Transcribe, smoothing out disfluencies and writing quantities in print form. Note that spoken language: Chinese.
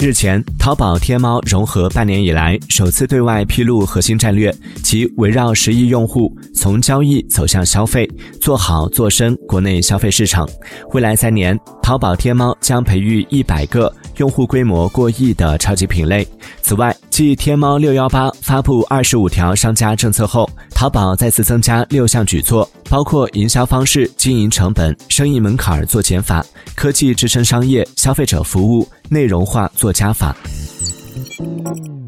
日前，淘宝天猫融合半年以来，首次对外披露核心战略，即围绕10亿用户，从交易走向消费，做好做深国内消费市场。未来3年，淘宝天猫将培育100个用户规模过亿的超级品类。此外，继天猫618发布25条商家政策后，淘宝再次增加6项举措，包括营销方式、经营成本、生意门槛做减法、科技支撑商业、消费者服务、内容化做加法。